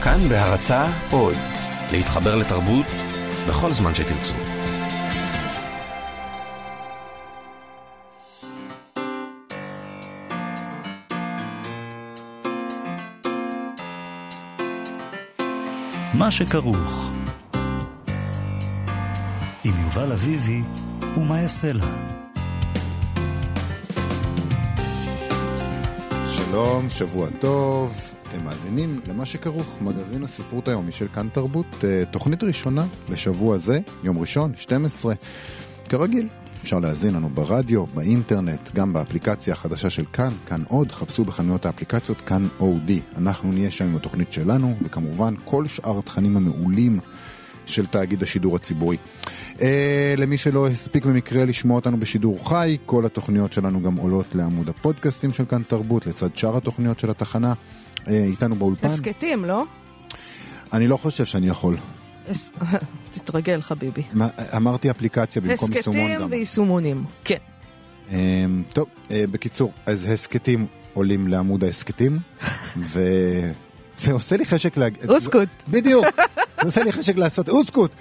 כאן בהרצאה עוד, להתחבר לתרבות בכל זמן שתרצו. מה שכרוך עם יובל אביבי ומה יעשה לה. שלום, שבוע טוב. אתם מאזינים למה שכרוך, מגזין הספרות היומי של כאן תרבות, תוכנית ראשונה לשבוע זה, יום ראשון, 12. כרגיל, אפשר להאזין לנו ברדיו, באינטרנט, גם באפליקציה החדשה של כאן, כאן עוד, חפשו בחנויות האפליקציות, כאן אודי. אנחנו נהיה שם עם התוכנית שלנו, וכמובן כל שאר התכנים המעולים של תאגיד השידור הציבורי. למי שלא הספיק במקרה לשמוע אותנו בשידור חי, כל התוכניות שלנו גם עולות לעמוד הפודקאסטים של כאן תרבות, לצד שאר התוכניות של התחנה. איתנו באולפן. הסקטים, לא? אני לא חושב שאני יכול. תתרגל, חביבי. אמרתי אפליקציה במקום יישומון גם. הסקטים ויישומונים, כן. טוב, בקיצור, אז הסקטים עולים לעמוד ההסקטים, וזה עושה לי חשק להגיד... אוסקוט. בדיוק. זה עושה לי חשק לעשות אוסקוט,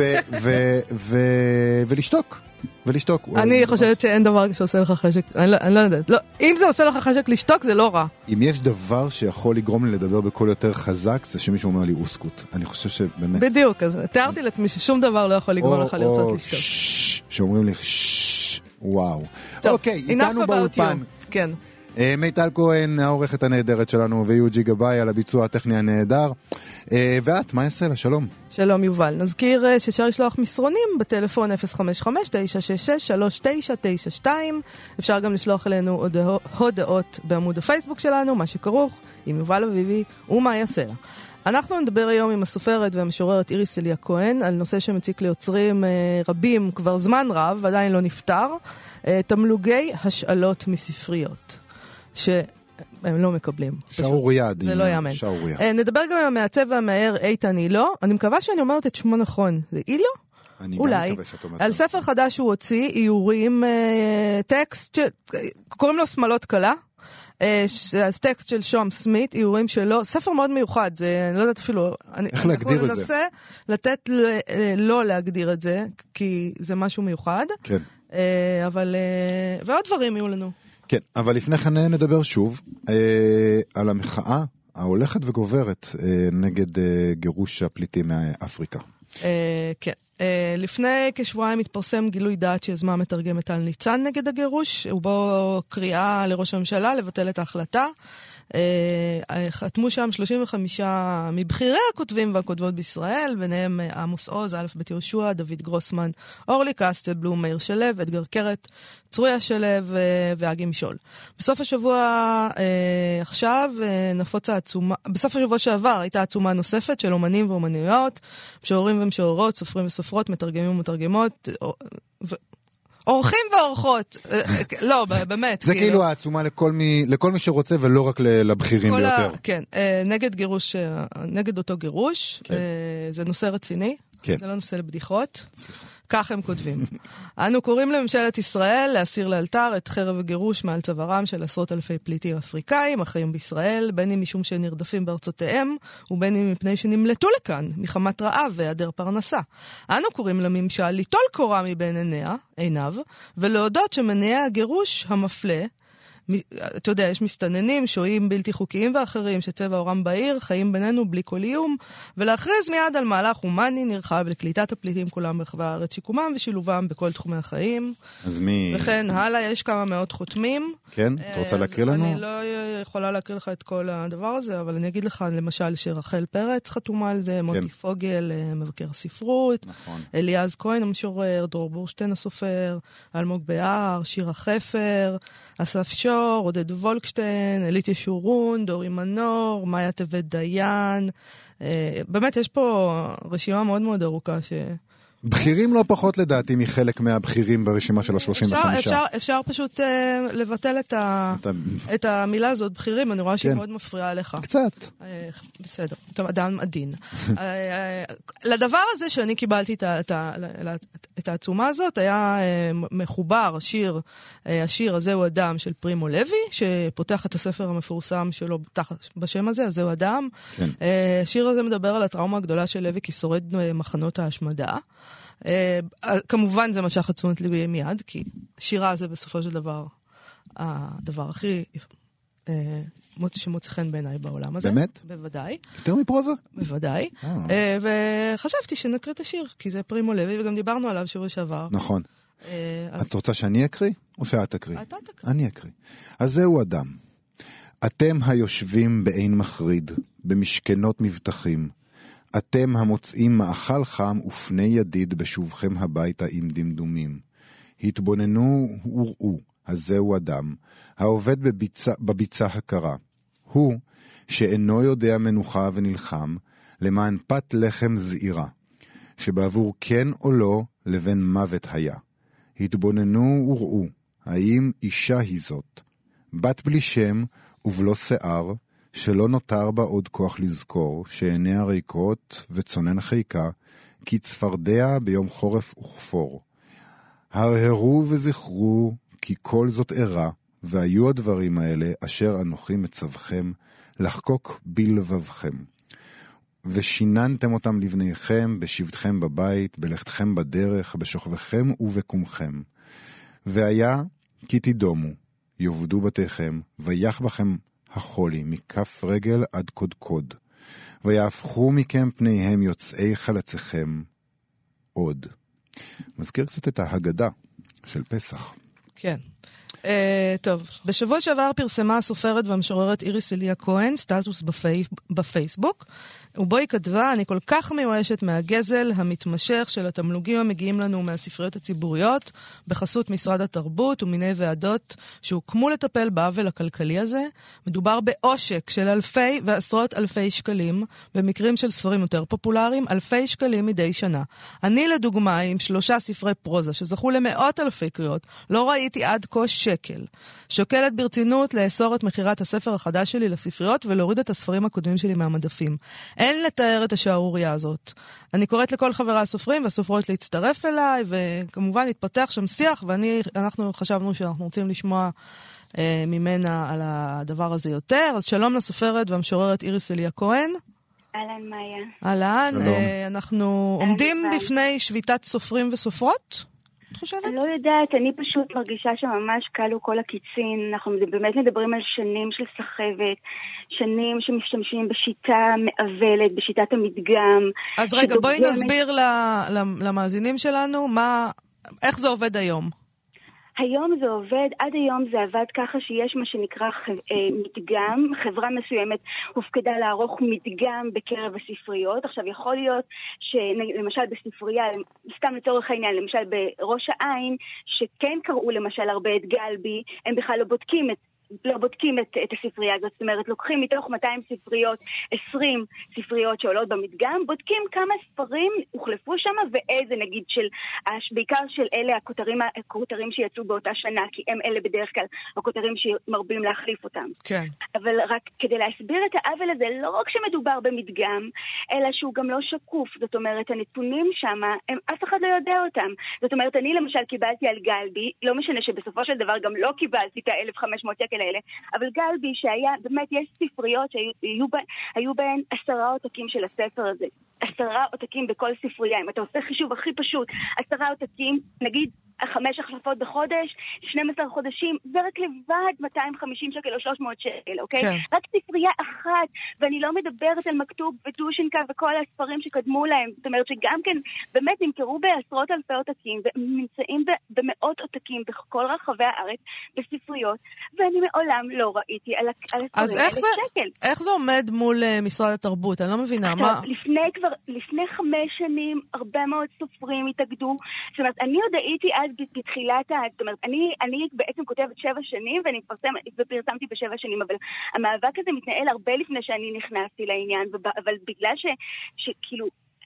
ולשתוק. ולשתוק. אני חושבת שאין דבר שעושה לך חשק, אני לא יודעת. אם זה עושה לך חשק לשתוק, זה לא רע. אם יש דבר שיכול לגרום לי לדבר בקול יותר חזק, זה שמישהו אומר לי אוסקוט. אני חושב שבאמת... בדיוק, אז תיארתי לעצמי ששום דבר לא יכול לגרום לך לרצות לשתוק. שאומרים לי וואו. אוקיי, איתנו באולפן. כן. מיטל כהן, העורכת הנהדרת שלנו, ויוג'י גבאי על הביצוע הטכני הנהדר. ואת, מה יעשה לה? שלום. שלום יובל. נזכיר שאפשר לשלוח מסרונים בטלפון 055-966-3992. אפשר גם לשלוח אלינו הודעות בעמוד הפייסבוק שלנו, מה שכרוך, עם יובל אביבי ומה יעשה לה. אנחנו נדבר היום עם הסופרת והמשוררת איריס אליה כהן על נושא שמציק ליוצרים רבים כבר זמן רב, ועדיין לא נפטר, תמלוגי השאלות מספריות. שהם לא מקבלים. שעוריה, זה לא יאמן. נדבר גם עם המעצב והמאייר איתן אילו. אני מקווה שאני אומרת את שמו נכון. זה אילו? אולי. על ספר חדש הוא הוציא איורים, טקסט, קוראים לו שמלות קלה. טקסט של שום סמית, איורים שלו, ספר מאוד מיוחד, זה, אני לא יודעת אפילו, איך להגדיר את זה? ננסה לתת לא להגדיר את זה, כי זה משהו מיוחד. כן. אבל, ועוד דברים יהיו לנו. כן, אבל לפני כן נדבר שוב על המחאה ההולכת וגוברת נגד גירוש הפליטים מאפריקה. כן. לפני כשבועיים התפרסם גילוי דעת שיזמה מתרגמת טל ניצן נגד הגירוש, ובו קריאה לראש הממשלה לבטל את ההחלטה. חתמו שם 35 מבחירי הכותבים והכותבות בישראל, ביניהם עמוס עוז, א' בית יהושע, דוד גרוסמן, אורלי קסטלבלום, מאיר שלו, אדגר קרת, צרויה שלו ואגי משול. בסוף השבוע עכשיו נפוצה עצומה, בסוף השבוע שעבר הייתה עצומה נוספת של אומנים ואומניות, משוררים ומשוררות, סופרים וסופרות, מתרגמים ומתרגמות, אורחים ואורחות, לא, באמת. זה כאילו העצומה לכל מי שרוצה ולא רק לבחירים ביותר. כן, נגד גירוש, נגד אותו גירוש, זה נושא רציני, זה לא נושא לבדיחות, כך הם כותבים. אנו קוראים לממשלת ישראל להסיר לאלתר את חרב הגירוש מעל צווארם של עשרות אלפי פליטים אפריקאים, החיים בישראל, בין אם משום שנרדפים בארצותיהם, ובין אם מפני שנמלטו לכאן, מחמת רעב והיעדר פרנסה. אנו קוראים לממשל ליטול קורה מבין עיניו, ולהודות שמניעי הגירוש המפלה, אתה יודע, יש מסתננים, שוהים בלתי חוקיים ואחרים שצבע אורם בעיר, חיים בינינו בלי כל איום, ולהכריז מיד על מהלך הומני נרחב לקליטת הפליטים כולם ברחבי הארץ, שיקומם ושילובם בכל תחומי החיים. אז מי... וכן, הלאה, יש כמה מאות חותמים. כן? אתה רוצה להקריא לנו? אני לא יכולה להקריא לך את כל הדבר הזה, אבל אני אגיד לך, למשל, שרחל פרץ חתומה על זה, מוטי פוגל, מבקר הספרות, אליעז כהן המשורר, דרור בורשטיין הסופר, אלמוג בהר, שירה חפר, אסף שור, עודד וולקשטיין, אלית ישורון, דורי מנור, מאיה טבת דיין. באמת יש פה רשימה מאוד מאוד ארוכה בכירים לא פחות לדעתי מחלק מהבכירים ברשימה של ה-35. אפשר פשוט לבטל את המילה הזאת, בכירים, אני רואה שהיא מאוד מפריעה עליך. קצת. בסדר, אתה אדם עדין. לדבר הזה שאני קיבלתי את העצומה הזאת, היה מחובר השיר הזה הוא אדם של פרימו לוי, שפותח את הספר המפורסם שלו בשם הזה, הזה הוא אדם. השיר הזה מדבר על הטראומה הגדולה של לוי כשורד מחנות ההשמדה. כמובן זה משך את תשומת ליבי מיד, כי שירה זה בסופו של דבר הדבר הכי שמוצא חן בעיניי בעולם הזה. באמת? בוודאי. יותר מפרוזה? בוודאי. וחשבתי שנקריא את השיר, כי זה פרימו לוי, וגם דיברנו עליו שבוע שעבר. נכון. את רוצה שאני אקריא? או שאת תקריא? אתה תקריא. אני אקריא. אז זהו אדם. אתם היושבים בעין מחריד, במשכנות מבטחים. אתם המוצאים מאכל חם ופני ידיד בשובכם הביתה עם דמדומים. התבוננו וראו, הזהו אדם, העובד בביצה הקרה. הוא שאינו יודע מנוחה ונלחם, למען פת לחם זעירה, שבעבור כן או לא לבין מוות היה. התבוננו וראו, האם אישה היא זאת, בת בלי שם ובלא שיער, שלא נותר בה עוד כוח לזכור, שעיניה ריקות וצונן חיקה, כי צפרדע ביום חורף וכפור. הרהרו וזכרו, כי כל זאת ערה, והיו הדברים האלה אשר אנוכי מצווכם, לחקוק בלבבכם. ושיננתם אותם לבניכם, בשבתכם בבית, בלכתכם בדרך, בשוכבכם ובקומכם. והיה כי תדומו, יובדו בתיכם, ויח בכם החולי מכף רגל עד קודקוד, ויהפכו מכם פניהם יוצאי חלציכם עוד. מזכיר קצת את ההגדה של פסח. כן. טוב, בשבוע שעבר פרסמה הסופרת והמשוררת איריס אליה כהן סטטוס בפייסבוק, ובו היא כתבה, אני כל כך מיואשת מהגזל המתמשך של התמלוגים המגיעים לנו מהספריות הציבוריות, בחסות משרד התרבות ומיני ועדות שהוקמו לטפל בעוול הכלכלי הזה. מדובר בעושק של אלפי ועשרות אלפי שקלים, במקרים של ספרים יותר פופולריים, אלפי שקלים מדי שנה. אני לדוגמה, עם 3 ספרי פרוזה שזכו למאות אלפי קריאות, לא ראיתי עד כה שקל. שוקלת ברצינות לאסור את מחירת הספר החדש שלי לספריות ולהוריד את הספרים הקודמים שלי מהמדפים. אין לתאר את השערוריה הזאת. אני קוראת לכל חברי הסופרים והסופרות להצטרף אליי, וכמובן התפתח שם שיח, ואנחנו חשבנו שאנחנו רוצים לשמוע ממנה על הדבר הזה יותר. אז שלום לסופרת והמשוררת איריס אליה כהן. אהלן מאיה. אהלן, אנחנו עומדים בפני שביתת סופרים וסופרות? אני לא יודעת, אני פשוט מרגישה שממש קלו כל הקיצין, אנחנו באמת מדברים על שנים של סחבת, שנים שמשתמשים בשיטה מעוולת, בשיטת המדגם. אז רגע, בואי נסביר למאזינים שלנו איך זה עובד היום. היום זה עובד, עד היום זה עבד ככה שיש מה שנקרא מדגם, חברה מסוימת הופקדה לערוך מדגם בקרב הספריות. עכשיו יכול להיות שלמשל בספרייה, סתם לצורך העניין, למשל בראש העין, שכן קראו למשל הרבה את גלבי, הם בכלל לא בודקים את הספרייה הזאת, זאת אומרת, לוקחים מתוך 200 ספריות, 20 ספריות שעולות במדגם, בודקים כמה ספרים הוחלפו שם, ואיזה נגיד בעיקר של אלה הכותרים שיצאו באותה שנה, כי הם אלה בדרך כלל הכותרים שמרבים להחליף אותם. כן. אבל רק כדי להסביר את העוול הזה, לא רק שמדובר במדגם, אלא שהוא גם לא שקוף, זאת אומרת, הנתונים שם, אף אחד לא יודע אותם. זאת אומרת, אני למשל קיבלתי על גלבי, לא משנה שבסופו של דבר גם לא קיבלתי את ה-1,500 שקל האלה, אבל גלבי שהיה, באמת יש ספריות שהיו בהן 10 עותקים של הספר הזה. 10 עותקים בכל ספרייה. אם אתה עושה חישוב הכי פשוט, 10 עותקים, נגיד 5 החלפות בחודש, 12 חודשים, זה רק לבד 250 שקל או 300 שקל, אוקיי? כן. רק ספרייה אחת, ואני לא מדברת על מכתוב ודושנקה וכל הספרים שקדמו להם. זאת אומרת שגם כן, באמת נמכרו בעשרות אלפי עותקים, ונמצאים במאות עותקים בכל רחבי הארץ, בספריות, ואני מעולם לא ראיתי על הספרים האלה שקל. אז איך זה עומד מול משרד התרבות? אני לא מבינה, מה? לפני 5 שנים, הרבה מאוד סופרים התאגדו. זאת אומרת, אני עוד הייתי אז בתחילת, זאת אומרת, אני בעצם כותבת 7 שנים, ואני פרסמתי ב7 שנים, אבל המאבק הזה מתנהל הרבה לפני שאני נכנסתי לעניין, אבל בגלל שכאילו,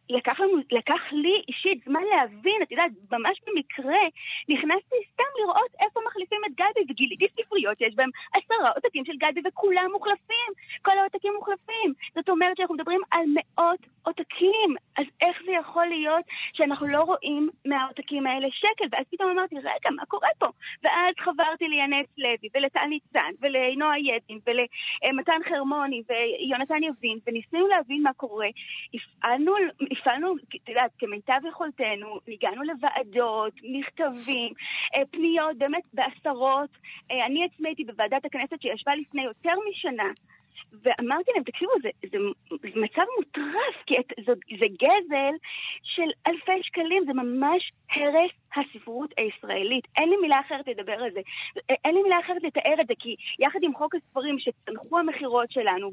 לקח לי אישית זמן להבין, את יודעת, ממש במקרה, נכנסתי סתם לראות איפה מחליפים את גלבי, וגיליתי ספריות שיש בהם 10 עותקים של גלבי, וכולם מוחלפים, כל העותקים מוחלפים. זאת אומרת שאנחנו מדברים על מאות עותקים, אז איך זה יכול להיות שאנחנו לא רואים מהעותקים האלה שקל? ואז פתאום אמרתי, רגע, מה קורה פה? ואז חברתי ליאנס לוי, ולטל ניצן, ולנועה ידין, ולמתן חרמוני, ויונתן יבין, וניסינו להבין מה קורה. הפעלנו, אתה יודעת, כמיטב יכולתנו, הגענו לוועדות, מכתבים, פניות, באמת בעשרות. אני עצמי הייתי בוועדת הכנסת שישבה לפני יותר משנה, ואמרתי להם, תקשיבו, זה מצב מוטרף, כי זה גזל של אלפי שקלים, זה ממש הרס הספרות הישראלית. אין לי מילה אחרת לדבר על זה. אין לי מילה אחרת לתאר את זה, כי יחד עם חוק הספרים שצנחו המחירות שלנו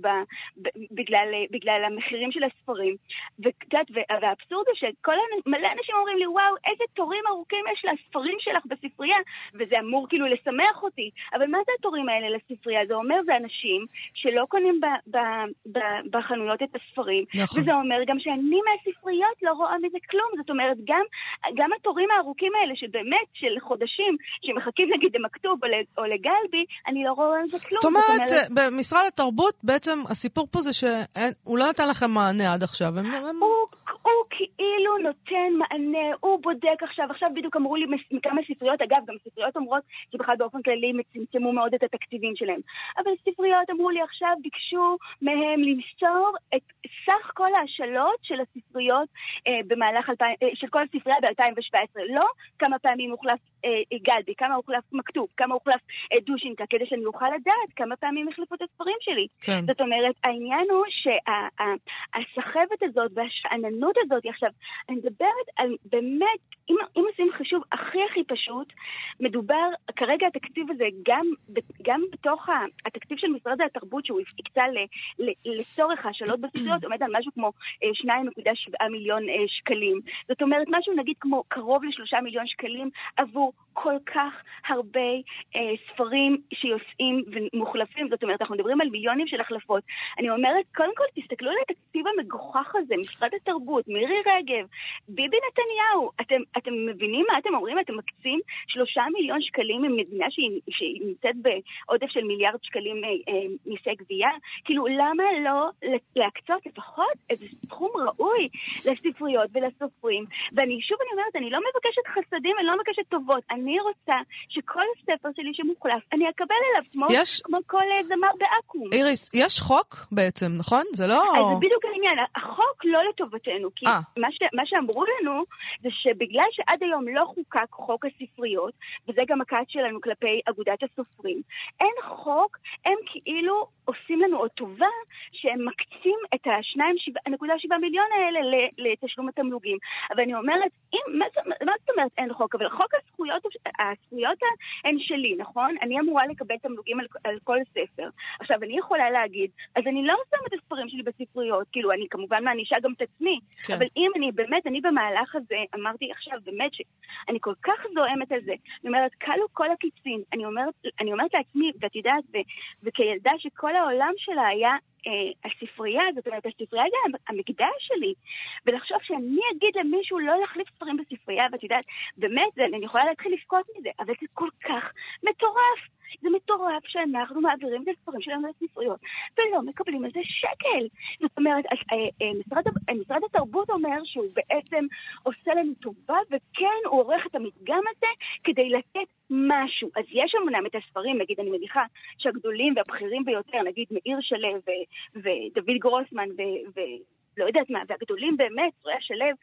בגלל המחירים של הספרים, והאבסורד הוא מלא אנשים אומרים לי, וואו, איזה תורים ארוכים יש לספרים שלך בספרייה, וזה אמור כאילו לשמח אותי. אבל מה זה התורים האלה לספרייה? זה אומר, זה אנשים שלא קונים בחנויות את הספרים, נכון. וזה אומר גם שאני מהספריות לא רואה מזה כלום. זאת אומרת, גם התורים הארוכים האלה שבאמת של חודשים שמחכים נגיד למכתוב או לגלבי, אני לא רואה על זה כלום. זאת אומרת, במשרד התרבות בעצם הסיפור פה זה שהוא לא נתן לכם מענה עד עכשיו. הוא כאילו נותן מענה, הוא בודק עכשיו בדיוק אמרו לי מכמה ספריות, אגב גם ספריות אומרות שבכלל באופן כללי מצמצמו מאוד את התקציבים שלהם, אבל ספריות אמרו לי עכשיו ביקשו מהם למסור את סך כל ההשאלות של הספריות במהלך של כל הספרייה ב-2017, לא כמה פעמים הוחלף גלבי, כמה הוחלף מכתוב, כמה הוחלף דושינקה, כדי שאני אוכל לדעת כמה פעמים החליפו את הספרים שלי. כן. זאת אומרת, העניין הוא שהסחבת הזאת והשעננות הזאת, עכשיו, אני מדברת על באמת, אם עושים חישוב הכי פשוט, מדובר, כרגע התקציב הזה, גם בתוך התקציב של משרד התרבות, שהוא הקצה לצורך השאלות בספריות, עומד על משהו כמו 2.7 מיליון שקלים. זאת אומרת, משהו נגיד כמו קרוב ל3 מיליון שקלים עבור כל כך הרבה ספרים שיוצאים ומוחלפים. זאת אומרת, אנחנו מדברים על מיליונים של החלפות. אני אומרת, קודם כל, תסתכלו על התקציב המגוחך הזה, משרד התרבות, מירי רגב, ביבי נתניהו. אתם מבינים מה אתם אומרים? אתם מקצים 3 מיליון שקלים ממדינה שהיא נמצאת בעודף של מיליארד שקלים מיסי גבייה? כאילו, למה לא להקצות לפחות איזה סכום ראוי לספריות ולסופרים? ואני אומרת, אני לא מבקשת חסדים, אני לא מבקשת טובות. אני רוצה שכל הספר שלי שמוחלף, אני אקבל אליו כמו כל זמר באקום. איריס, יש חוק בעצם, נכון? זה לא... אז זה בדיוק העניין. החוק לא לטובתנו, כי מה שאמרו לנו זה שבגלל שעד היום לא חוקק חוק הספריות, וזה גם הקעת שלנו כלפי אגודת הסופרים, אין חוק, הם כאילו עושים לנו עוד טובה שהם מקצים את ה2.7 מיליון האלה לתשלום התמלוגים. אבל אני אומרת, מה זאת אומרת אין חוק? אבל חוק הזכויות הן שלי, נכון? אני אמורה לקבל תמלוגים על כל ספר. עכשיו, אני יכולה להגיד, אז אני לא שמה את הספרים שלי בספריות, כאילו, אני כמובן מענישה גם את עצמי, כן. אבל אם אני במהלך הזה, אמרתי עכשיו, באמת שאני כל כך זוהמת על זה, אני אומרת, קלו כל הקיצין, אני אומרת לעצמי, ואת יודעת, וכילדה שכל העולם שלה היה הספרייה, זאת אומרת, הספרייה זה המקדש שלי, ולחשוב שאני אגיד למישהו לא להחליף ספרים בספרייה, ואת יודעת, באמת, אני יכולה להתחיל לבכות מזה, אבל זה כל כך מטורף. זה מטורף שאנחנו מעבירים את הספרים שלנו לספריות, ולא מקבלים על זה שקל. זאת אומרת, משרד התרבות אומר שהוא בעצם עושה לנו טובה, וכן הוא עורך את המדגם הזה כדי לתת משהו. אז יש אמנם את הספרים, נגיד, אני מניחה שהגדולים והבכירים ביותר, נגיד מאיר שלו ודוד גרוסמן לא יודעת מה, והגדולים באמת, ספרי השלב,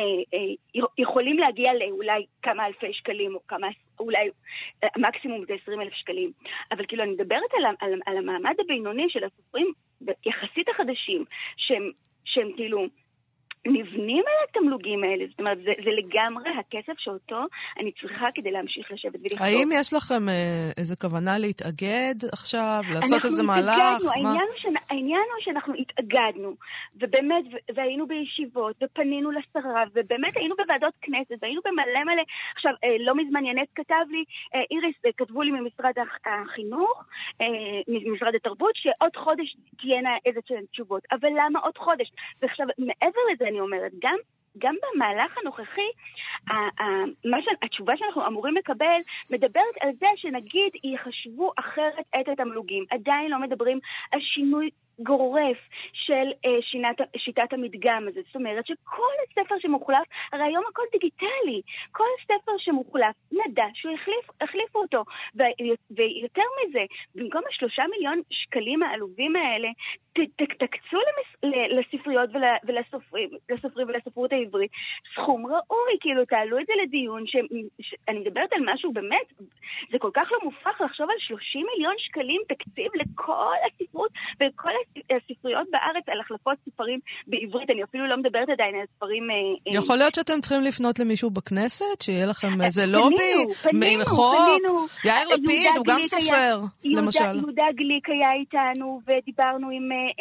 יכולים להגיע לאולי כמה אלפי שקלים, או אולי המקסימום זה 20,000 שקלים. אבל כאילו אני מדברת על המעמד הבינוני של הסופרים, יחסית החדשים, שהם כאילו נבנים על התמלוגים האלה. זאת אומרת, זה לגמרי הכסף שאותו אני צריכה כדי להמשיך לשבת ולכתוב. האם יש לכם איזה כוונה להתאגד עכשיו, לעשות איזה מהלך? העניין הוא שאנחנו התאגדנו, ובאמת, והיינו בישיבות, ופנינו לשרה, ובאמת היינו בוועדות כנסת, והיינו במלא. עכשיו, לא מזמן ינס כתב לי, איריס, כתבו לי ממשרד החינוך, ממשרד התרבות, שעוד חודש תהיינה איזה תשובות. אבל למה עוד חודש? ועכשיו, מעבר לזה, אני אני אומרת, גם במהלך הנוכחי, התשובה שאנחנו אמורים לקבל מדברת על זה שנגיד יחשבו אחרת את התמלוגים. עדיין לא מדברים על שינוי גורף של שיטת המדגם הזה. זאת אומרת שכל הספר שמוחלף, הרי היום הכל דיגיטלי, כל ספר שמוחלף, נדע שהוא החליפו אותו. ויותר מזה, במקום 3 מיליון שקלים העלובים האלה, תקצו לספריות ולסופרים ולספרות העברית סכום ראוי, כאילו תעלו את זה לדיון, אני מדברת על משהו באמת, זה כל כך לא מופרך לחשוב על 30 מיליון שקלים תקציב לכל הספרות ולכל הספריות בארץ על החלפות ספרים בעברית. אני אפילו לא מדברת עדיין על ספרים... יכול להיות שאתם צריכים לפנות למישהו בכנסת, שיהיה לכם איזה לובי, עם חוק, יאיר לפיד, הוא גם סופר, למשל. יהודה גליק היה איתנו, ודיברנו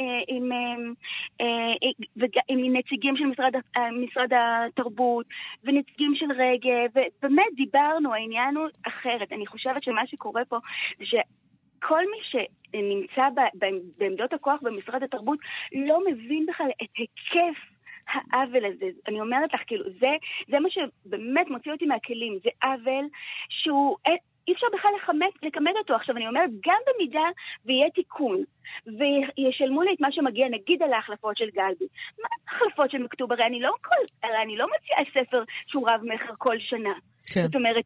עם נציגים של משרד התרבות, ונציגים של רגב, ובאמת דיברנו, העניין הוא אחרת. אני חושבת שמה שקורה פה, זה כל מי שנמצא בעמדות הכוח במשרד התרבות לא מבין בכלל את היקף העוול הזה. אני אומרת לך, כאילו, זה מה שבאמת מוציא אותי מהכלים. זה עוול שהוא אי אפשר בכלל לכמת אותו. עכשיו אני אומרת, גם במידה ויהיה תיקון, וישלמו לי את מה שמגיע, נגיד על ההחלפות של גלבי. מה ההחלפות של מכתוב? הרי אני לא מציעה ספר שהוא רב מחר כל שנה. כן. זאת אומרת,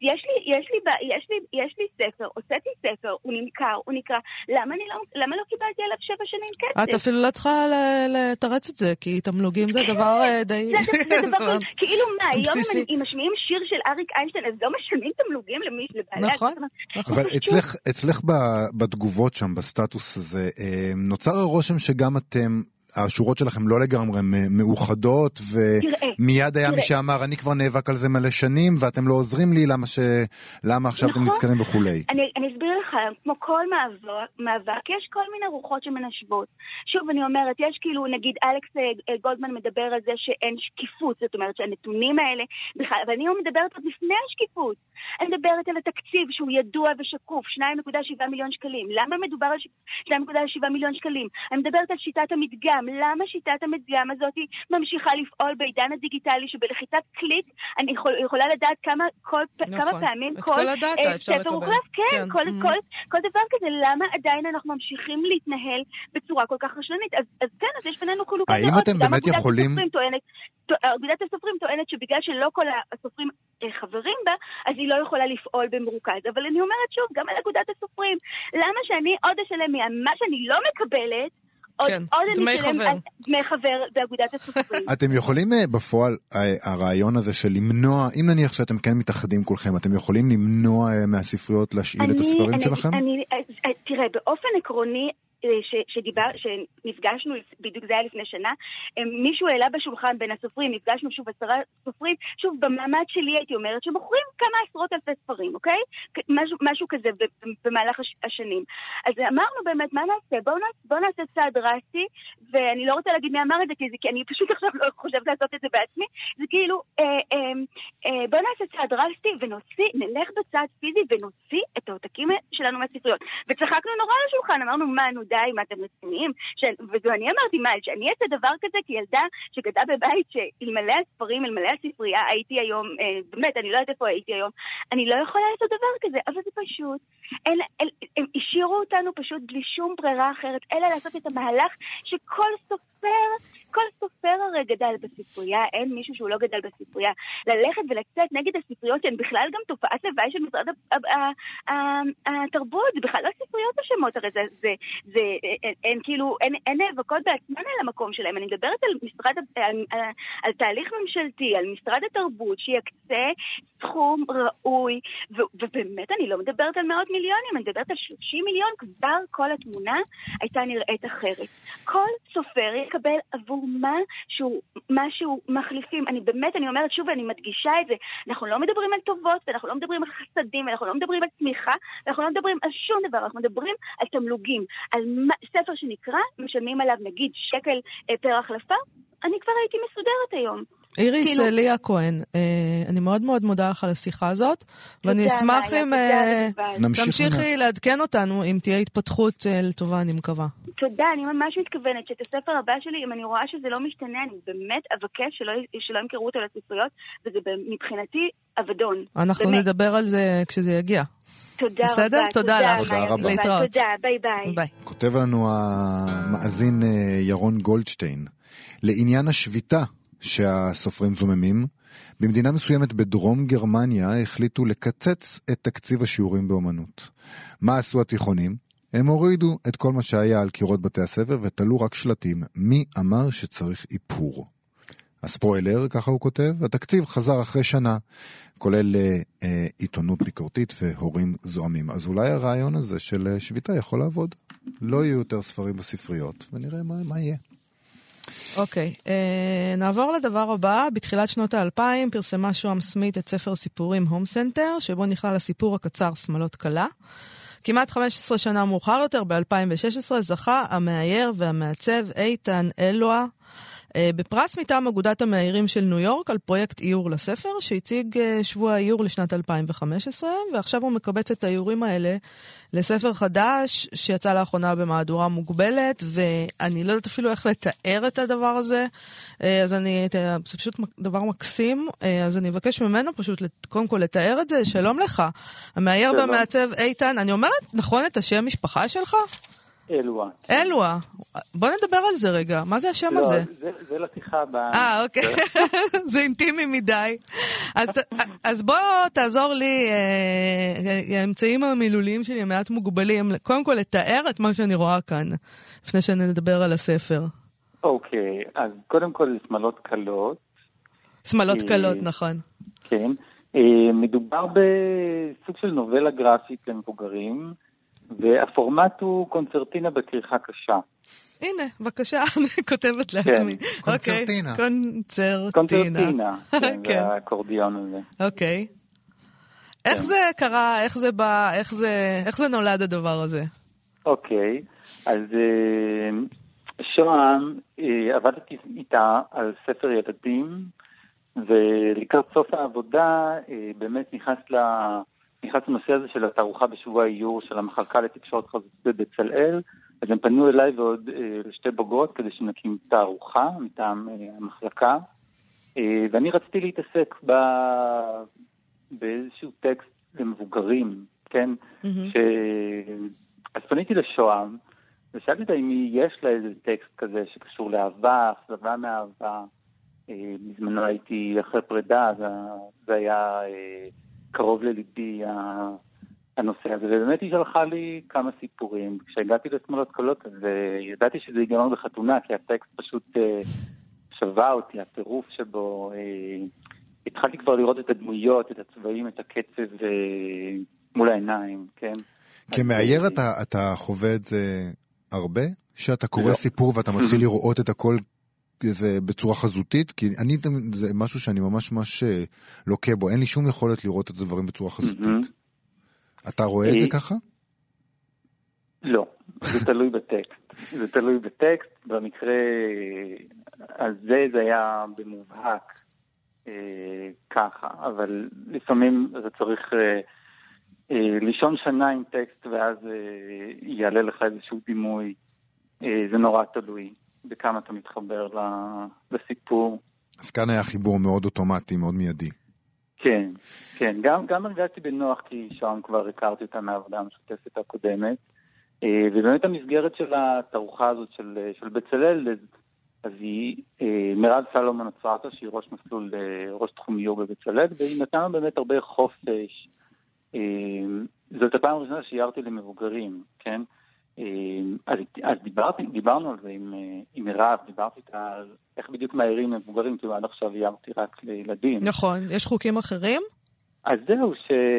יש לי ספר, הוצאתי ספר, הוא נמכר, הוא נקרא, למה לא קיבלתי עליו 7 שנים כסף? את אפילו לא צריכה לתרץ את זה, כי תמלוגים זה דבר די... זה דבר, כאילו מה, היום אם משמיעים שיר של אריק איינשטיין, אז לא משלמים תמלוגים לבעלי... נכון. אבל אצלך בתגובות שם, בסטטוס הזה, נוצר הרושם שגם אתם... השורות שלכם לא לגמרי מאוחדות, ומיד היה מי שאמר, אני כבר נאבק על זה מלא שנים, ואתם לא עוזרים לי, למה עכשיו אתם נזכרים וכולי. אני אסביר לך, כמו כל מאבק, יש כל מיני רוחות שמנשבות. שוב, אני אומרת, יש כאילו, נגיד, אלכס גולדמן מדבר על זה שאין שקיפות, זאת אומרת שהנתונים האלה, ואני מדברת עוד לפני השקיפות. אני מדברת על התקציב שהוא ידוע ושקוף, 2.7 מיליון שקלים. למה מדובר על 2.7 מיליון שקלים? אני מדברת על שיטת המדגם. למה שיטת המדגם הזאת ממשיכה לפעול בעידן הדיגיטלי, שבלחיצת קליק אני יכולה לדעת כמה פעמים כל ספר הוחלף? כן, כל דבר כזה. למה עדיין אנחנו ממשיכים להתנהל בצורה כל כך רשלנית? אז כן, אז יש בינינו חילוקי דעות. האם אתם באמת יכולים... אגודת הסופרים טוענת שבגלל שלא כל הסופרים חברים בה, אז היא לא יכולה לפעול במרוכז. אבל אני אומרת שוב, גם על אגודת הסופרים, למה שאני עוד אשלם מה שאני לא מקבלת, עוד דמי חבר. דמי חבר באגודת הסופרים. אתם יכולים בפועל, הרעיון הזה של למנוע, אם נניח שאתם כן מתאחדים כולכם, אתם יכולים למנוע מהספריות להשאיל את הספרים שלכם? תראה, באופן עקרוני, שנפגשנו, בדיוק זה היה לפני שנה, מישהו העלה בשולחן בין הסופרים, נפגשנו שוב 10 סופרים, שוב במעמד שלי הייתי אומרת שמוכרים כמה עשרות אלפי ספרים, אוקיי? משהו כזה במהלך השנים. אז אמרנו באמת, מה נעשה? בואו נעשה צעד דרסטי, ואני לא רוצה להגיד מי אמר את זה, כי אני פשוט עכשיו לא חושבת לעשות את זה בעצמי, זה כאילו, בואו נעשה צעד דרסטי נלך בצעד פיזי ונוציא את העותקים שלנו מהספריות. וצחקנו נורא על השולחן, אמרנו מה די, מה אתם רציניים? ואני אמרתי, מה, שאני אעשה דבר כזה כילדה שגדה בבית שאלמלא הספרים, אלמלא הספרייה, הייתי היום, באמת, אני לא יודעת איפה הייתי היום, אני לא יכולה לעשות דבר כזה, אבל זה פשוט, הם השאירו אותנו פשוט בלי שום ברירה אחרת, אלא לעשות את המהלך שכל סופר הרי גדל בספרייה, אין מישהו שהוא לא גדל בספרייה, ללכת ולצאת נגד הספריות, שהן בכלל גם תופעת לוואי של משרד התרבות, זה בכלל לא ספריות השמות, הרי אין נאבקות בעצמן על המקום שלהם. אני מדברת על תהליך ממשלתי, על משרד התרבות שיקצה סכום ראוי, ובאמת אני לא מדברת על 100 מיליונים, אני מדברת על 30 מיליון, כבר כל התמונה הייתה נראית אחרת. כל סופר יקבל עבור משהו מחליפים. אני אומרת שוב, אני מדגישה את זה, אנחנו לא מדברים על טובות, ואנחנו לא מדברים על חסדים, ואנחנו לא מדברים על צמיחה, ואנחנו לא מדברים על שום דבר, אנחנו מדברים על תמלוגים, על ספר שנקרא, משלמים עליו נגיד שקל פר החלפה, אני כבר הייתי מסודרת היום. איריס ליה כהן, אני מאוד מאוד מודה לך על השיחה הזאת, ואני אשמח אם תמשיכי לעדכן אותנו, אם תהיה התפתחות לטובה, אני מקווה. תודה, אני ממש מתכוונת שאת הספר הבא שלי, אם אני רואה שזה לא משתנה, אני באמת אבקש שלא ימכרו אותו לספריות, וזה מבחינתי אבדון. אנחנו נדבר על זה כשזה יגיע. תודה רבה. בסדר? תודה לך. תודה רבה. להתראות. תודה, ביי ביי. ביי. כותב לנו המאזין ירון גולדשטיין, לעניין השביתה שהסופרים זוממים, במדינה מסוימת בדרום גרמניה החליטו לקצץ את תקציב השיעורים באומנות. מה עשו התיכונים? הם הורידו את כל מה שהיה על קירות בתי הספר ותלו רק שלטים. מי אמר שצריך איפור? הספוילר, ככה הוא כותב, התקציב חזר אחרי שנה, כולל עיתונות ביקורתית והורים זועמים. אז אולי הרעיון הזה של שביתה יכול לעבוד. לא יהיו יותר ספרים בספריות, ונראה מה יהיה. אוקיי, נעבור לדבר הבא. בתחילת שנות ה-2000 פרסמה שוהם סמית את ספר סיפורים הום סנטר, שבו נכלל הסיפור הקצר שמלות קלה. כמעט 15 שנה מאוחר יותר, ב-2016, זכה המאייר והמעצב איתן אלואה בפרס מטעם אגודת המאיירים של ניו יורק על פרויקט איור לספר, שהציג שבוע האיור לשנת 2015, ועכשיו הוא מקבץ את האיורים האלה לספר חדש שיצא לאחרונה במהדורה מוגבלת, ואני לא יודעת אפילו איך לתאר את הדבר הזה, אז זה פשוט דבר מקסים, אז אני אבקש ממנו פשוט קודם כל לתאר את זה. שלום לך, המאייר והמעצב איתן, אני אומרת נכון את השם משפחה שלך? אלואה. אלואה. בוא נדבר על זה רגע. מה זה השם הזה? זה לשיחה הבאה. אוקיי. זה אינטימי מדי. אז בוא תעזור לי, האמצעים המילוליים שלי הם מעט מוגבלים. קודם כל לתאר את מה שאני רואה כאן, לפני שנדבר על הספר. אוקיי, אז קודם כל שמלות קלות. שמלות קלות, נכון. כן. מדובר בסוג של נובלה גרפית למבוגרים, והפורמט הוא קונצרטינה בכריכה קשה. הנה, בבקשה, אני כותבת לעצמי. קונצרטינה. קונצרטינה, זה האקורדיון הזה. אוקיי. איך זה קרה, איך זה בא, איך זה נולד הדבר הזה? אוקיי, אז שוהם, עבדתי איתה על ספר ילדים, ולקראת סוף העבודה באמת נכנס לנושא הזה של התערוכה בשבוע האיור של המחלקה לתקשורת חזותית בבצלאל, אז הם פנו אליי ועוד לשתי בוגרות כדי שנקים תערוכה מטעם המחלקה, ואני רציתי להתעסק באיזשהו טקסט למבוגרים, כן? אז פניתי לשוהם, ושאלתי אותה אם יש לה איזה טקסט כזה שקשור לאהבה, אכזבה מאהבה. בזמנו הייתי אחרי פרידה, זה היה קרוב לליבי הנושא הזה, ובאמת היא שלחה לי כמה סיפורים. כשהגעתי לשמלות קלות, אז ידעתי שזה ייגמר בחתונה, כי הטקסט פשוט שווה אותי, הטירוף שבו התחלתי כבר לראות את הדמויות, את הצבעים, את הקצב מול העיניים, כן? כמאייר אתה חווה את זה הרבה? שאתה קורא סיפור ואתה מתחיל לראות את הכל זה בצורה חזותית? כי זה משהו שאני ממש לוקה בו. אין לי שום יכולת לראות את הדברים בצורה חזותית. אתה רואה את זה ככה? לא, זה תלוי בטקסט. זה תלוי בטקסט. במקרה הזה זה היה במובהק ככה, אבל לפעמים זה צריך לישון שנה עם טקסט ואז יעלה לך איזשהו דימוי. זה נורא תלוי בכמה אתה מתחבר לסיפור. אז כאן היה חיבור מאוד אוטומטי, מאוד מיידי. כן, כן. גם הרגשתי בנוח, כי שם כבר הכרתי אותה מהעבודה המשותפת הקודמת. ובאמת המסגרת של התערוכה הזאת של בצלאל, אז היא מירב סלומון הצרטה, שהיא ראש מסלול, ראש תחום איור בבצלאל, והיא נתנה באמת הרבה חופש. זאת הפעם הראשונה שאיירתי למבוגרים, כן? אז דיברנו על זה עם מירב, דיברתי איתה על איך בדיוק מאיירים מבוגרים, כי עד עכשיו איירתי רק לילדים. נכון, יש חוקים אחרים? אז זהו,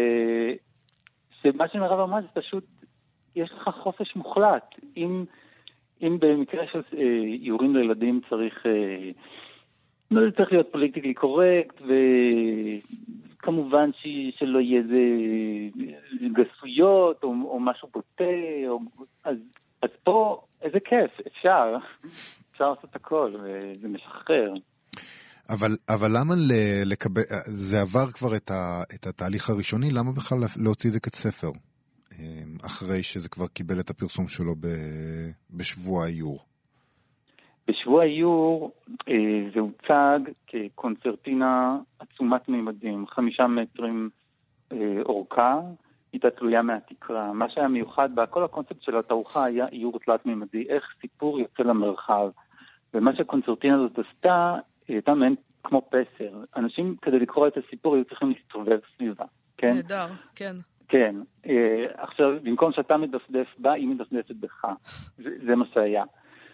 שמה שמירב אמרה זה פשוט, יש לך חופש מוחלט. אם במקרה של איורים לילדים צריך להיות פוליטיקלי קורקט, וכמובן שלא יהיה איזה גסויות או משהו בוטה, אז פה איזה כיף, אפשר לעשות הכל, וזה משחרר. אבל למה לקבל, זה עבר כבר את התהליך הראשוני, למה בכלל להוציא את זה כספר? אחרי שזה כבר קיבל את הפרסום שלו בשבוע האיור. בשבוע האיור זה הוצג כקונצרטינה עצומת מימדים, 5 מטרים אורכה, הייתה תלויה מהתקרה. מה שהיה מיוחד בה, כל הקונספט של התערוכה היה איור תלת מימדי, איך סיפור יוצא למרחב. ומה שהקונצרטינה הזאת עשתה, הייתה מעין כמו פסר. אנשים כדי לקרוא את הסיפור היו צריכים להסתובב סביבה, כן? נהדר, כן. כן. עכשיו, במקום שאתה מדפדף בה, היא מדפדפת בך. זה מה שהיה.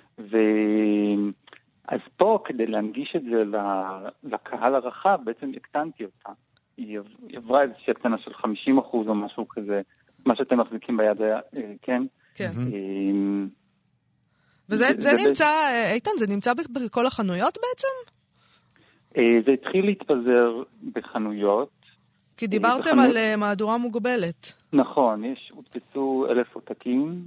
אז פה, כדי להנגיש את זה לקהל הרחב, בעצם הקטנתי אותה. היא עברה איזושהי הקטנה של 50% או משהו כזה, מה שאתם מחזיקים ביד, כן? כן. וזה נמצא, איתן, זה נמצא בכל החנויות בעצם? זה התחיל להתפזר בחנויות. כי דיברתם על מהדורה מוגבלת. נכון, הודפסו 1,000 עותקים.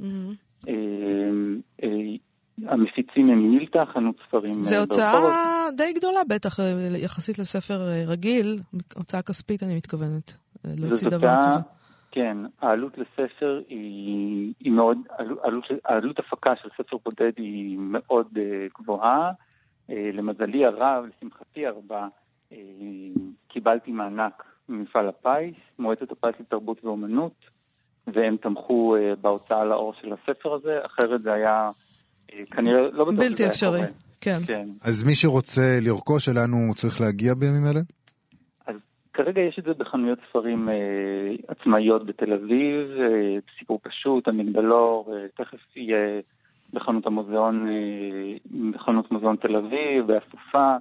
המפיצים הם מילטה, חנות ספרים. זה הוצאה די גדולה בטח, יחסית לספר רגיל, הוצאה כספית אני מתכוונת, להוציא דבר כזה. כן, העלות לספר היא מאוד, העלות הפקה של ספר בודד היא מאוד גבוהה. למזלי הרב, לשמחתי הרבה, קיבלתי מענק ממפעל הפיס, מועצת הפיס לתרבות ואומנות, והם תמכו בהוצאה לאור של הספר הזה, אחרת זה היה כנראה לא בטוח בלתי אפשרי, כן. אז מי שרוצה לרכוש שלנו צריך להגיע בימים אלה? אז כרגע יש את זה בחנויות ספרים עצמאיות בתל אביב, סיפור פשוט, המגדלור, תכף יהיה בחנות המוזיאון, בחנות מוזיאון תל אביב, באסופה,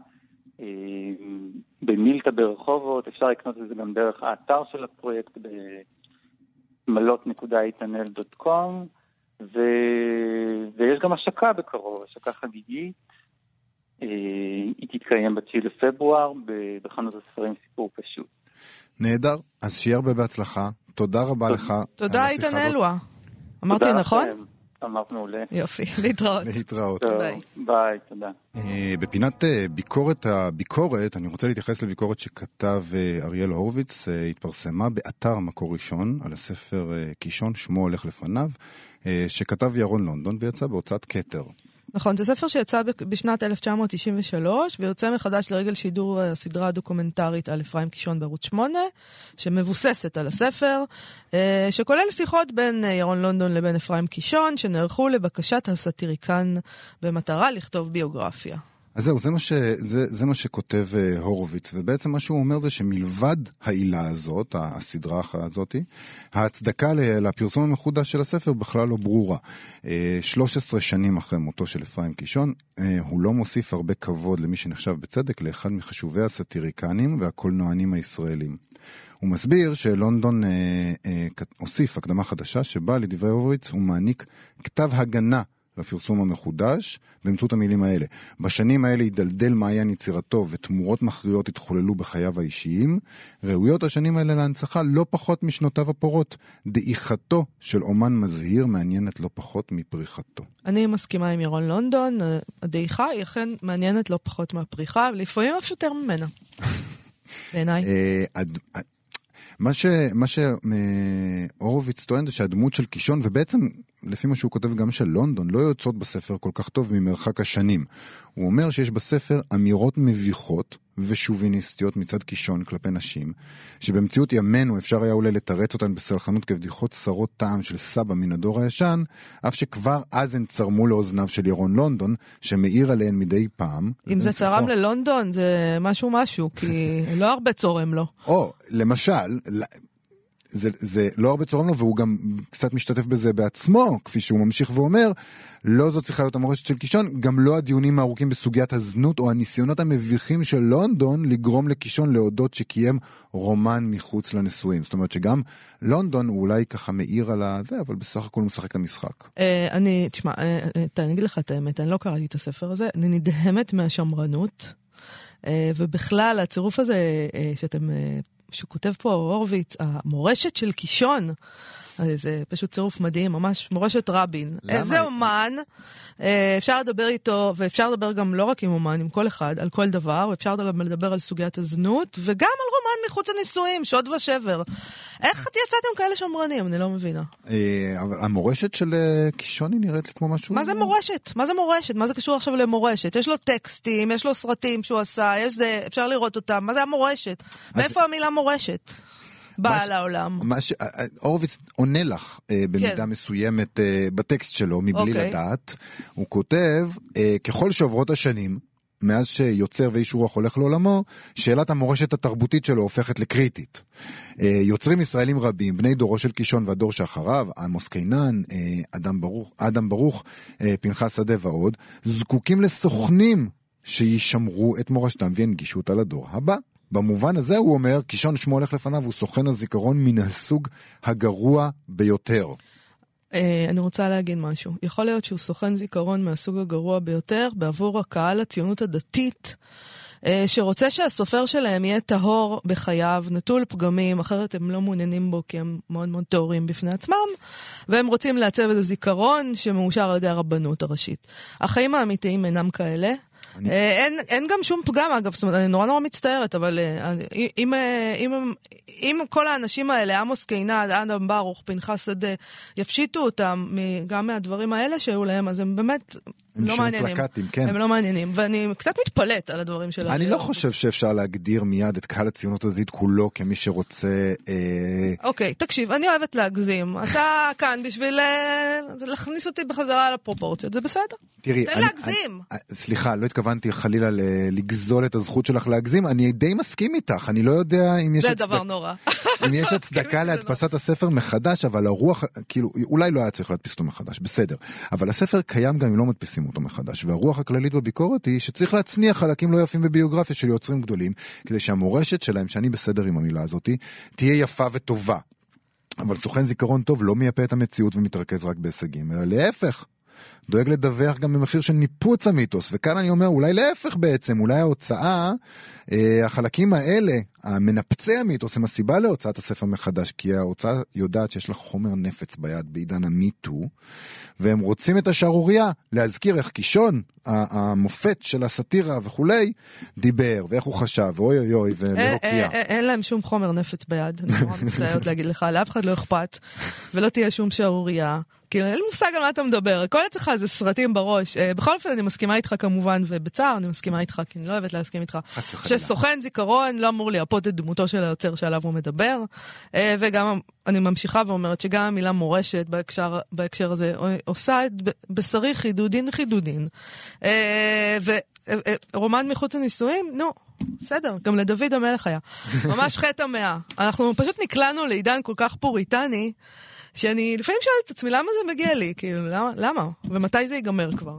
במילטה ברחובות, אפשר לקנות את זה גם דרך האתר של הפרויקט במלות.itanel.com, ויש גם השקה בקרוב, השקה חגיגית, היא תתקיים ב9 לפברואר בחנות הספרים סיפור פשוט. נהדר, אז שיהיה הרבה בהצלחה, תודה רבה לך. תודה איתן אלווה. אמרתי נכון? אמרת מעולה. יופי, להתראות. להתראות. ביי, תודה. בפינת הביקורת, אני רוצה להתייחס לביקורת שכתב אריאל הורוביץ, התפרסמה באתר מקור ראשון, על הספר קישון, שמו הולך לפניו, שכתב ירון לונדון ויצא בהוצאת כתר. נכון, זה ספר שיצא בשנת 1993, ויוצא מחדש לרגל שידור הסדרה הדוקומנטרית על אפרים קישון בערוץ 8, שמבוססת על הספר, שכולל שיחות בין ירון לונדון לבין אפרים קישון, שנערכו לבקשת הסטיריקן במטרה לכתוב ביוגרפיה. אז זהו, זה מה שכותב הורוביץ, ובעצם מה שהוא אומר זה שמלבד העילה הזאת, הסדרה הזאת, ההצדקה לפרסום המחודש של הספר בכלל לא ברורה. 13 שנים אחרי מותו של אפרים קישון, הוא לא מוסיף הרבה כבוד למי שנחשב בצדק לאחד מחשובי הסטיריקנים והקולנוענים הישראלים. הוא מסביר שלונדון הוסיף הקדמה חדשה שבה לדברי הורוביץ הוא מעניק כתב הגנה לפרסום המחודש, באמצעות המילים האלה. בשנים האלה ידלדל מעיין יצירתו ותמורות מכריעות התחוללו בחייו האישיים, ראויות השנים האלה להנצחה לא פחות משנותיו הפורות. דעיכתו של אומן מזהיר מעניינת לא פחות מפריחתו. אני מסכימה עם ירון לונדון, הדעיכה היא אכן מעניינת לא פחות מהפריחה, ולפעמים אף יותר ממנה. בעיניי. מה שהורוביץ טוען זה שהדמות של קישון, ובעצם לפי מה שהוא כותב גם של לונדון, לא יוצאות בספר כל כך טוב ממרחק השנים. הוא אומר שיש בספר אמירות מביכות ושוביניסטיות מצד קישון כלפי נשים, שבמציאות ימינו אפשר היה אולי לתרץ אותן בסלחנות כבדיחות שרות טעם של סבא מן הדור הישן, אף שכבר אז הן צרמו לאוזניו של ירון לונדון, שמאיר עליהן מדי פעם. אם זה צרם ללונדון, זה משהו, כי לא הרבה צורם לו. או, למשל, זה לא הרבה צורם לו, והוא גם קצת משתתף בזה בעצמו, כפי שהוא ממשיך ואומר, לא זאת צריכה להיות המורשת של קישון, גם לא הדיונים הארוכים בסוגיית הזנות, או הניסיונות המביכים של לונדון, לגרום לקישון להודות שקיים רומן מחוץ לנשואים. זאת אומרת שגם לונדון הוא אולי ככה מאיר על זה, אבל בסך הכל הוא משחק את המשחק. אני אגיד לך את האמת, אני לא קראתי את הספר הזה, אני נדהמת מהשמרנות, ובכלל הצירוף הזה שהוא כותב פה הורוביץ, המורשת של קישון, זה פשוט צירוף מדהים, ממש מורשת רבין. איזה אומן, אפשר לדבר איתו, ואפשר לדבר גם לא רק עם אומן, עם כל אחד, על כל דבר, ואפשר גם לדבר על סוגיית הזנות, וגם על רומן מחוץ הנישואים, שוד ושבר. איך יצאתם כאלה שמרנים? אני לא מבינה. המורשת של קישוני נראית לי כמו משהו... מה זה מורשת? מה זה מורשת? מה זה קשור עכשיו למורשת? יש לו טקסטים, יש לו סרטים שהוא עשה, יש זה, אפשר לראות אותם. מה זה המורשת? מאיפה המילה מורשת? באה לעולם. הורוביץ עונה לך במידה מסוימת בטקסט שלו, מבלי לדעת. הוא כותב, ככל שעוברות השנים, מאז שיוצר ואיש רוח הולך לעולמו, שאלת המורשת התרבותית שלו הופכת לקריטית. יוצרים ישראלים רבים, בני דורו של קישון והדור שאחריו, עמוס קינן, אדם ברוך, פנחס שדה ועוד, זקוקים לסוכנים שישמרו את מורשתם וינגישו אותה לדור הבא. במובן הזה הוא אומר, קישון שמו הולך לפניו, הוא סוכן הזיכרון מן הסוג הגרוע ביותר. אני רוצה להגיד משהו. יכול להיות שהוא סוכן זיכרון מהסוג הגרוע ביותר, בעבור הקהל הציונות הדתית, שרוצה שהסופר שלהם יהיה טהור בחייו, נטול פגמים, אחרת הם לא מעוניינים בו כי הם מאוד מאוד טהורים בפני עצמם, והם רוצים לעצב את הזיכרון שמאושר על ידי הרבנות הראשית. החיים האמיתיים אינם כאלה. אין גם שום פגם, אגב, זאת אומרת, אני נורא מצטערת, אבל אם כל האנשים האלה, עמוס קינן, אדם ברוך, פנחס שדה, יפשיטו אותם גם מהדברים האלה שהיו להם, אז הם באמת לא מעניינים. הם לא מעניינים, ואני קצת מתפלט על הדברים שלהם. אני לא חושב שאפשר להגדיר מיד את קהל הציונות הדתית כולו כמי שרוצה... אוקיי, תקשיב, אני אוהבת להגזים. אתה כאן בשביל להכניס אותי בחזרה לפרופורציות, זה בסדר. תראי, סליחה, לא התכוונתי חלילה לגזול את הזכות שלך להגזים, אני די מסכים איתך, אני לא יודע אם יש... זה דבר נורא. אם יש הצדקה להדפסת הספר מחדש, אבל הרוח, כאילו, אולי לא היה צריך להדפיס אותו מחדש, בסדר. אבל הספר קיים גם אם לא מדפיסים אותו מחדש, והרוח הכללית בביקורת היא שצריך להצניח חלקים לא יפים בביוגרפיה של יוצרים גדולים, כדי שהמורשת שלהם, שאני בסדר עם המילה הזאת, תהיה יפה וטובה. אבל סוכן זיכרון טוב לא מייפה את המציאות ומתרכז רק בהישגים, אלא להפך. דואג לדווח גם במחיר של ניפוץ המיתוס, וכאן אני אומר, אולי להפך בעצם, אולי ההוצאה, החלקים האלה, המנפצי המיתוס, הם הסיבה להוצאת הספר מחדש, כי ההוצאה יודעת שיש לך חומר נפץ ביד בעידן המיטו, והם רוצים את השערוריה, להזכיר איך קישון, המופת של הסאטירה וכולי, דיבר, ואיך הוא חשב, ואוי אוי אוי, ולהוקיע. אין להם שום חומר נפץ ביד, אני נורא מצטערת להגיד לך, לאף אחד לא אכפת, ולא תהיה שום שערוריה. כאילו, אין לי מושג על מה אתה מדבר. הכל אצלך זה סרטים בראש. בכל אופן, אני מסכימה איתך כמובן, ובצער אני מסכימה איתך, כי אני לא אוהבת להסכים איתך. שסוכן זיכרון לא אמור להפות את דמותו של היוצר שעליו הוא מדבר. וגם אני ממשיכה ואומרת שגם המילה מורשת בהקשר הזה עושה את בשרי חידודין. ורומן מחוץ הנישואים, נו, בסדר, גם לדוד המלך היה. ממש חטא המאה. אנחנו פשוט נקלענו לעידן כל כך פוריטני, שאני לפעמים שואלת את עצמי, למה זה מגיע לי? כאילו, למה? ומתי זה ייגמר כבר?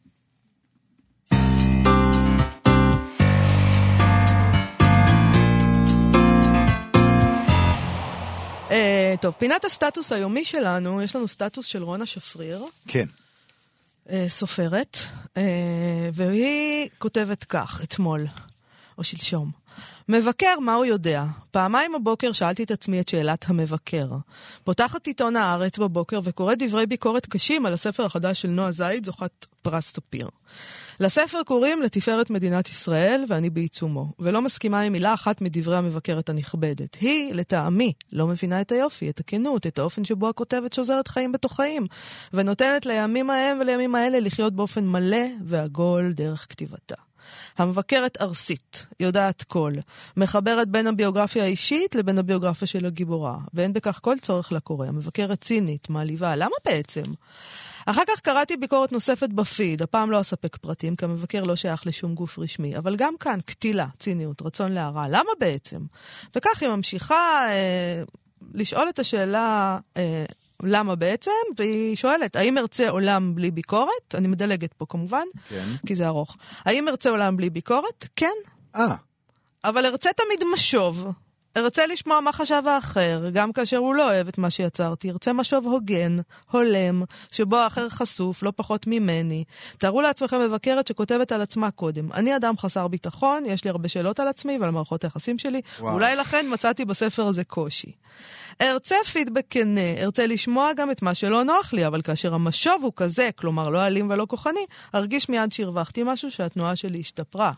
טוב, פינת הסטטוס היומי שלנו, יש לנו סטטוס של רונה שפריר. כן. סופרת, והיא כותבת כך, אתמול, או שלשום. מבקר, מה הוא יודע? פעמיים הבוקר שאלתי את עצמי את שאלת המבקר. פותחת עיתון הארץ בבוקר וקוראת דברי ביקורת קשים על הספר החדש של נועה זייד, זוכת פרס ספיר. לספר קוראים לתפארת מדינת ישראל, ואני בעיצומו, ולא מסכימה עם מילה אחת מדברי המבקרת הנכבדת. היא, לטעמי, לא מבינה את היופי, את הכנות, את האופן שבו הכותבת שוזרת חיים בתוך חיים, ונותנת לימים ההם ולימים האלה לחיות באופן מלא ועגול דרך כתיבתה. המבקרת ארסית, יודעת כל, מחברת בין הביוגרפיה האישית לבין הביוגרפיה של הגיבורה, ואין בכך כל צורך לקורא. המבקרת צינית, מעליבה, למה בעצם? אחר כך קראתי ביקורת נוספת בפיד, הפעם לא אספק פרטים, כי המבקר לא שייך לשום גוף רשמי, אבל גם כאן, קטילה, ציניות, רצון להרע, למה בעצם? וכך היא ממשיכה לשאול את השאלה... למה בעצם? והיא שואלת, האם ארצה עולם בלי ביקורת? אני מדלגת פה כמובן, כן. כי זה ארוך. האם ארצה עולם בלי ביקורת? כן. אבל ארצה תמיד משוב. ארצה לשמוע מה חשב האחר, גם כאשר הוא לא אוהב את מה שיצרתי. ארצה משוב הוגן, הולם, שבו האחר חשוף, לא פחות ממני. תארו לעצמכם מבקרת שכותבת על עצמה קודם. אני אדם חסר ביטחון, יש לי הרבה שאלות על עצמי ועל מערכות היחסים שלי. אולי לכן מצאתי בספר הזה קושי. ארצה פידבק כנה, ארצה לשמוע גם את מה שלא נוח לי, אבל כאשר המשוב הוא כזה, כלומר לא אלים ולא כוחני, ארגיש מיד שהרווחתי משהו שהתנועה שלי השתפרה.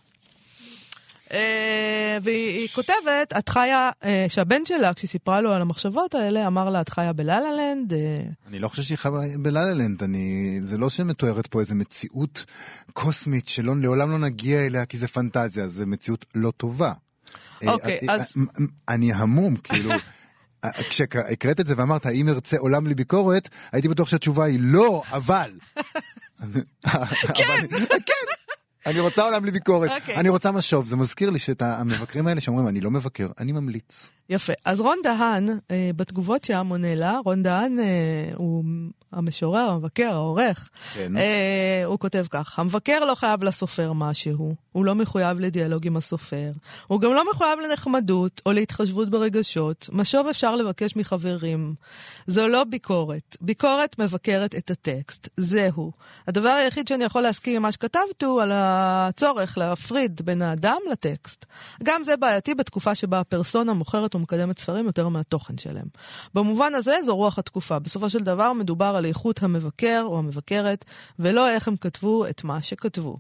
והיא כותבת, את חיה, שהבן שלה, כשהיא סיפרה לו על המחשבות האלה, אמר לה, את חיה בללה-לנד. אני לא חושב שהיא חיה בללה-לנד, זה לא שמתוארת פה איזו מציאות קוסמית שלעולם לא נגיע אליה, כי זה פנטזיה, זה מציאות לא טובה. אוקיי, אז... אני המום, כאילו... כשהקראת את זה ואמרת, האם ארצה עולם לי ביקורת, הייתי בטוח שהתשובה היא לא, אבל... כן! כן! אני רוצה עולם לי ביקורת, אני רוצה משוב. זה מזכיר לי שאת המבקרים האלה שאומרים, אני לא מבקר, אני ממליץ. יפה. אז רון דהן, בתגובות שהמונה לה, רון דהן הוא המשורר, המבקר, העורך. כן. הוא כותב כך, המבקר לא חייב לסופר משהו, הוא לא מחויב לדיאלוג עם הסופר, הוא גם לא מחויב לנחמדות או להתחשבות ברגשות, משוב אפשר לבקש מחברים. זו לא ביקורת. ביקורת מבקרת את הטקסט. זהו. הדבר היחיד שאני יכול להסכים עם מה שכתבת הוא על הצורך להפריד בין האדם לטקסט. גם זה בעייתי בתקופה שבה הפרסונה מוכרת ומקדמת ספרים יותר מהתוכן שלהם. במובן הזה זו רוח התקופה. בסופו של דבר מדובר על איכות המבקר או המבקרת, ולא איך הם כתבו את מה שכתבו.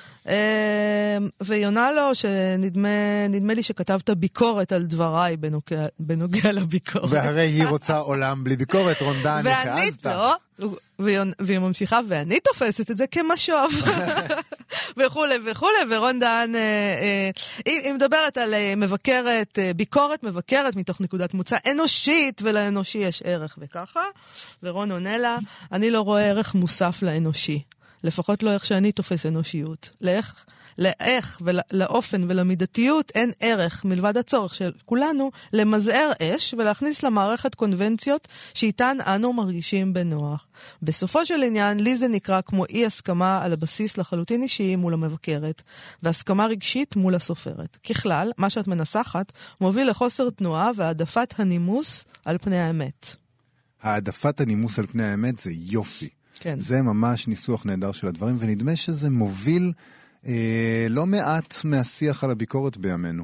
ויונה לו שנדמה לי שכתבת ביקורת על דבריי בנוגע לביקורת. והרי היא רוצה עולם בלי ביקורת, רון דהן, והעזת. והיא ממשיכה, ואני תופסת את זה כמשוב. וכולי וכולי, ורון דהן, היא מדברת על מבקרת, ביקורת מבקרת מתוך נקודת מוצא אנושית, ולאנושי יש ערך וככה. ורון עונה לה, אני לא רואה ערך מוסף לאנושי. לפחות לא איך שאני תופס אנושיות. לאיך ולאופן ולמידתיות אין ערך מלבד הצורך של כולנו למזער אש ולהכניס למערכת קונבנציות שאיתן אנו מרגישים בנוח. בסופו של עניין, לי זה נקרא כמו אי הסכמה על הבסיס לחלוטין אישי מול המבקרת, והסכמה רגשית מול הסופרת. ככלל, מה שאת מנסחת מוביל לחוסר תנועה והעדפת הנימוס על פני האמת. העדפת הנימוס על פני האמת זה יופי. כן. זה ממש ניסוח נהדר של הדברים, ונדמה שזה מוביל לא מעט מהשיח על הביקורת בימינו.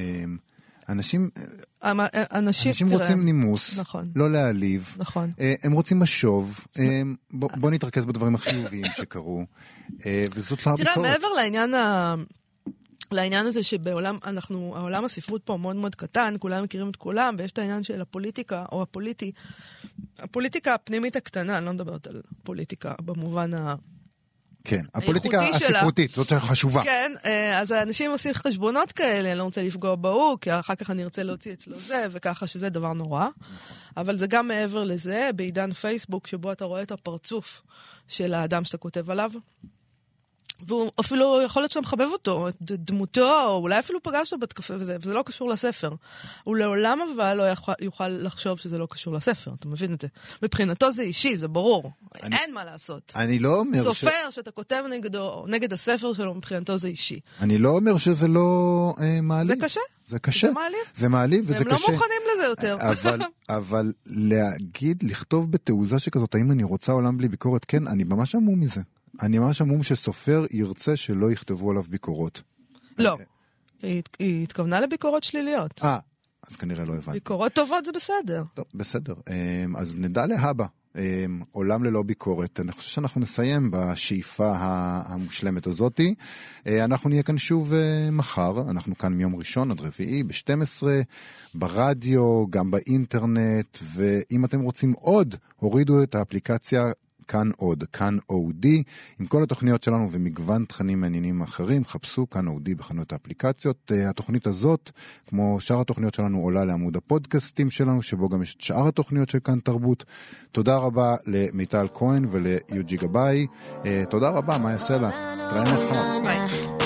אנשים רוצים נימוס, נכון. לא להעליב, נכון. הם רוצים משוב, בוא נתרכז בדברים החיוביים שקרו, וזאת לא הביקורת. תראה, מעבר לעניין הזה שבעולם, העולם הספרות פה מאוד מאוד קטן, כולם מכירים את כולם, ויש את העניין של הפוליטיקה, או הפוליטיקה הפנימית הקטנה, אני לא מדברת על פוליטיקה במובן כן, הפוליטיקה הספרותית, זאת חשובה. כן, אז האנשים עושים חשבונות כאלה, אני לא רוצה לפגוע בהוא, כי אחר כך אני ארצה להוציא אצלו זה, וככה שזה דבר נורא. אבל זה גם מעבר לזה, בעידן פייסבוק, שבו אתה רואה את הפרצוף של האדם שאתה כותב עליו, והוא אפילו יכול להיות שאתה מחבב אותו, את דמותו, או אולי אפילו פגש אותו בקפה וזה לא קשור לספר. הוא לעולם אבל לא יוכל לחשוב שזה לא קשור לספר, אתה מבין את זה? מבחינתו זה אישי, זה ברור. אין מה לעשות. אני לא אומר סופר שאתה כותב נגד הספר שלו, מבחינתו זה אישי. אני לא אומר שזה לא מעליב. זה קשה. זה קשה. זה מעליב. זה מעליב וזה קשה. הם לא מוכנים לזה יותר. אבל לכתוב בתעוזה שכזאת, האם אני רוצה עולם בלי ביקורת, כן, אני ממש עמום מזה. אני ממש אמום שסופר ירצה שלא יכתבו עליו ביקורות. לא, היא התכוונה לביקורות שליליות. אז כנראה לא הבנתי. ביקורות טובות זה בסדר. טוב, בסדר. אז נדע להבא. עולם ללא ביקורת. אני חושב שאנחנו נסיים בשאיפה המושלמת הזאת. אנחנו נהיה כאן שוב מחר. אנחנו כאן מיום ראשון עד רביעי ב-12, ברדיו, גם באינטרנט, ואם אתם רוצים עוד, הורידו את האפליקציה כאן עוד, כאן אודי, עם כל התוכניות שלנו ומגוון תכנים מעניינים אחרים, חפשו כאן אודי בחנויות האפליקציות. התוכנית הזאת, כמו שאר התוכניות שלנו, עולה לעמוד הפודקאסטים שלנו, שבו גם יש את שאר התוכניות של כאן תרבות. תודה רבה למיטל כהן וליוג'י גבאי. תודה רבה, מה יעשה לה? תראה מחר. ביי.